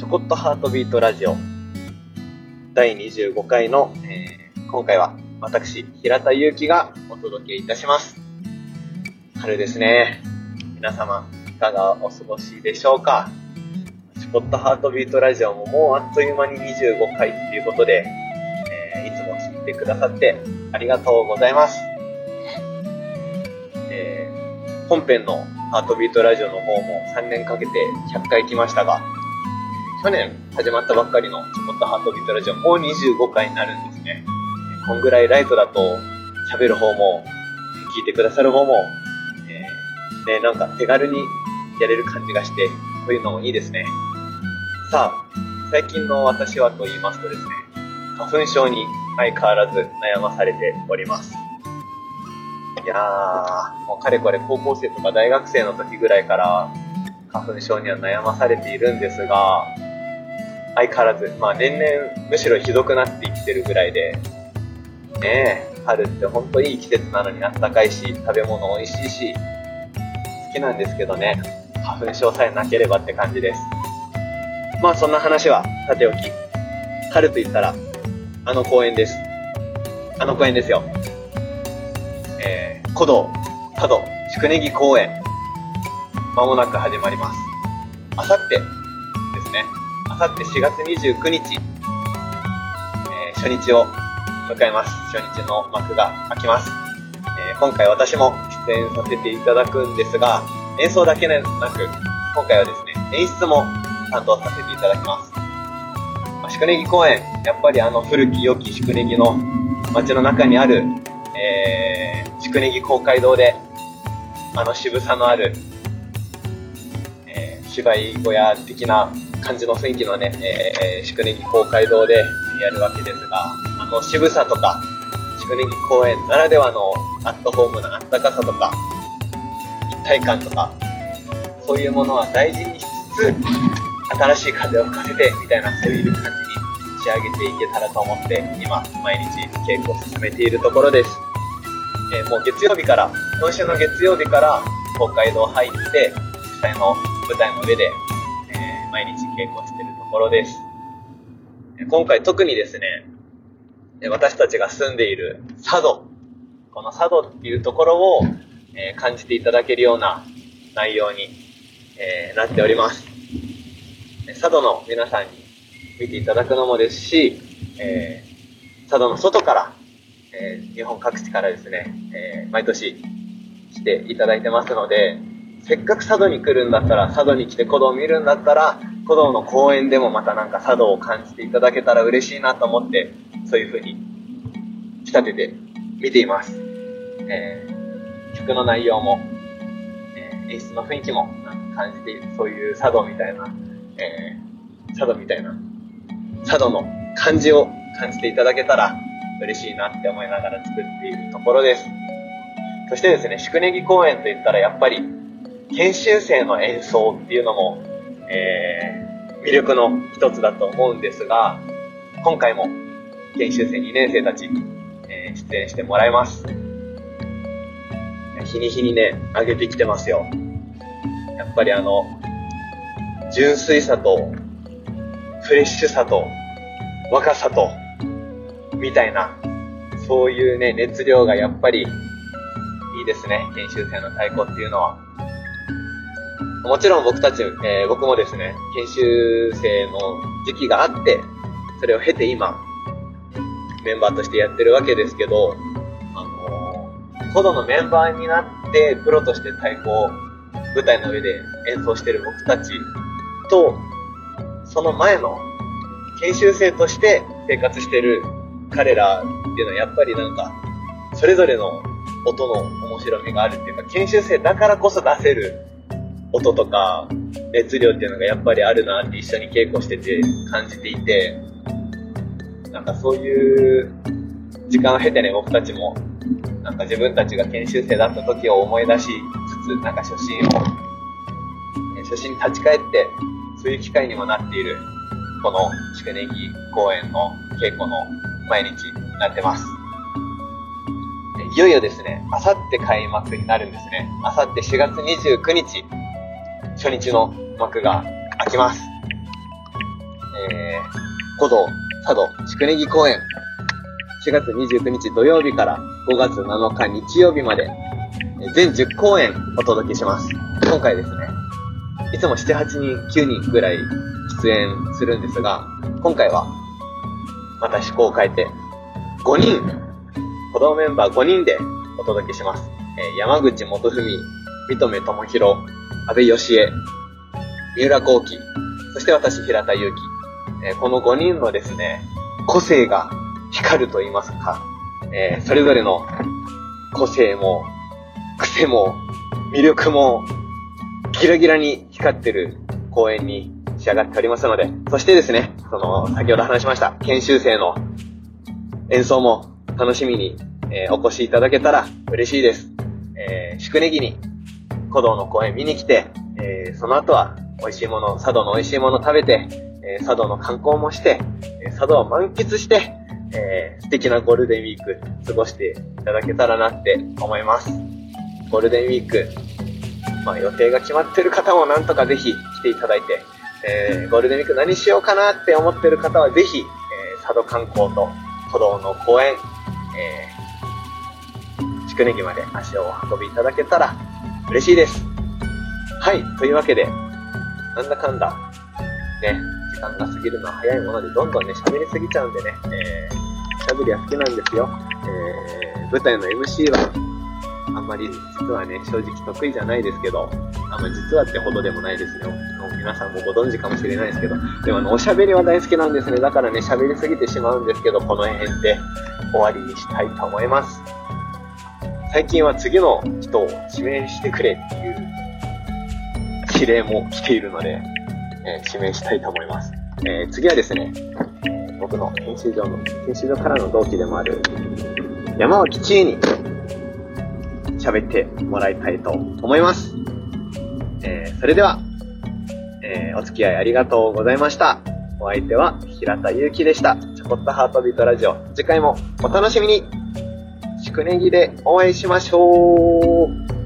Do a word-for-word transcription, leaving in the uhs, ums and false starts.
ょこっとハートビートラジオだいにじゅうごかいの、えー、今回は私平田祐希がお届けいたします。春ですね。皆様いかがお過ごしでしょうか。ちょこっとハートビートラジオももうあっという間ににじゅうごかいということで、えー、いつも聞いてくださってありがとうございます。えー、本編のハートビートラジオの方もさんねんかけてひゃっかい来ましたが、去年始まったばっかりのちょこっとハートビートラジオもうにじゅうごかいになるんですね。こんぐらいライトだと喋る方も聞いてくださる方も、えー、ね、なんか手軽にやれる感じがして、こういうのもいいですね。さあ、最近の私はと言いますとですね、花粉症に相変わらず悩まされております。いやー、もうかれこれ高校生とか大学生の時ぐらいから花粉症には悩まされているんですが、相変わらず、まあ年々むしろひどくなっていってるぐらいで、ねえ、春ってほんといい季節なのにあったかいし、食べ物美味しいし、好きなんですけどね、花粉症さえなければって感じです。まあそんな話はさておき、春と言ったらあの公園です。あの公園ですよ。えー、古道、多度、宿根木公園、まもなく始まります。あさってですね。あさってしがつにじゅうくにち、えー、初日を迎えます。初日の幕が開きます。えー、今回私も出演させていただくんですが、演奏だけでなく、今回はですね、演出も担当させていただきます。まあ、宿根木公園、やっぱりあの古き良き宿根木の街の中にある、えー、宿根木公会堂で、あの渋さのある、えー、芝居小屋的な感じの雰囲気のね、えー、宿根木公会堂でやるわけですが、あの渋さとか宿根木公園ならではのアットホームなあったかさとか一体感とか、そういうものは大事にしつつ新しい風を吹かせてみたいな、そういう感じに仕上げていけたらと思って今毎日稽古を進めているところです。えー、もう月曜日から、今週の月曜日から公会堂入って実際の舞台の上で、えー、毎日稽古しているところです。今回特にですね、私たちが住んでいる佐渡、この佐渡っていうところを、えー、感じていただけるような内容に、えー、なっております。佐渡の皆さんに見ていただくのもですし、えー、佐渡の外から、えー、日本各地からですね、えー、毎年来ていただいてますので、せっかく佐渡に来るんだったら、佐渡に来て古道を見るんだったら、古道の公園でもまたなんか佐渡を感じていただけたら嬉しいなと思って、そういう風に仕立てて見ています。えー、曲の内容も、えー、演出の雰囲気もなんか感じている、そういう佐渡みたいな、えー、佐渡みたいな、佐渡の感じを感じていただけたら嬉しいなって思いながら作っているところです。そしてですね、宿根木公園といったらやっぱり研修生の演奏っていうのも、えー、魅力の一つだと思うんですが、今回も研修生にねん生たち、えー、出演してもらいます。日に日にね、上げてきてますよ。やっぱりあの純粋さとフレッシュさと若さとみたいな、そういうね熱量がやっぱりいいですね。研修生の太鼓っていうのは。もちろん僕たち、えー、僕もですね、研修生の時期があって、それを経て今メンバーとしてやってるわけですけど、あのー、古道のメンバーになってプロとして太鼓を舞台の上で演奏してる僕たちと、その前の研修生として生活してる彼らっていうのはやっぱりなんかそれぞれの音の面白みがあるっていうか、研修生だからこそ出せる音とか熱量っていうのがやっぱりあるなって一緒に稽古してて感じていて、なんかそういう時間を経てね、僕たちもなんか自分たちが研修生だった時を思い出しつつ、なんか初心を初心に立ち返って、そういう機会にもなっているこの宿根木公園の稽古の毎日になってます。いよいよですね、あさって開幕になるんですね。あさってしがつにじゅうくにち、初日の幕が開きます。 えー、古道、佐渡、宿根木公園、しがつにじゅうくにち土曜日からごがつなのか日曜日まで、全じゅっこうえんお届けします。今回ですね、いつもなな、はちにん、きゅうにんぐらい出演するんですが、今回は、また趣向を変えて、ごにん、古道メンバーごにんでお届けします。えー、山口元文、三留智弘、安倍義恵、三浦幸喜、そして私、平田祐希。えー、このごにんのですね、個性が光ると言いますか、えー、それぞれの個性も、癖も、魅力も、ギラギラに光ってる公演に仕上がっておりますので、そしてですね、その、先ほど話しました、研修生の演奏も楽しみに、えー、お越しいただけたら嬉しいです。えー、宿根木に古道の公演見に来て、えー、その後は美味しいもの、佐渡の美味しいもの食べて、えー、佐渡の観光もして、えー、佐渡を満喫して、えー、素敵なゴールデンウィーク過ごしていただけたらなって思います。ゴールデンウィーク、まあ予定が決まってる方もなんとかぜひ来ていただいて、えー、ゴールデンウィーク何しようかなって思ってる方はぜひ、えー、佐渡観光と古道の公園、えー、宿根木まで足をお運びいただけたら嬉しいです。はい、というわけで、なんだかんだ、ね、時間が過ぎるのは早いもので、どんどんね、喋りすぎちゃうんでね、えー、喋りは好きなんですよ。えー、舞台の エムシー は、あんまり実はね、正直得意じゃないですけど、あんまり実はってほどでもないですよ。もう皆さんもご存知かもしれないですけど、でもあの、おしゃべりは大好きなんですね。だからね、喋りすぎてしまうんですけど、この辺で終わりにしたいと思います。最近は次の人を指名してくれっていう指令も来ているので、えー、指名したいと思います。えー、次はですね、えー、僕の研修所の、研修所からの同期でもある山脇千恵に喋ってもらいたいと思います。えー、それでは、えー、お付き合いありがとうございました。お相手は平田祐希でした。ちょこっとハートビートラジオ。次回もお楽しみに。宿根木でお会いしましょう。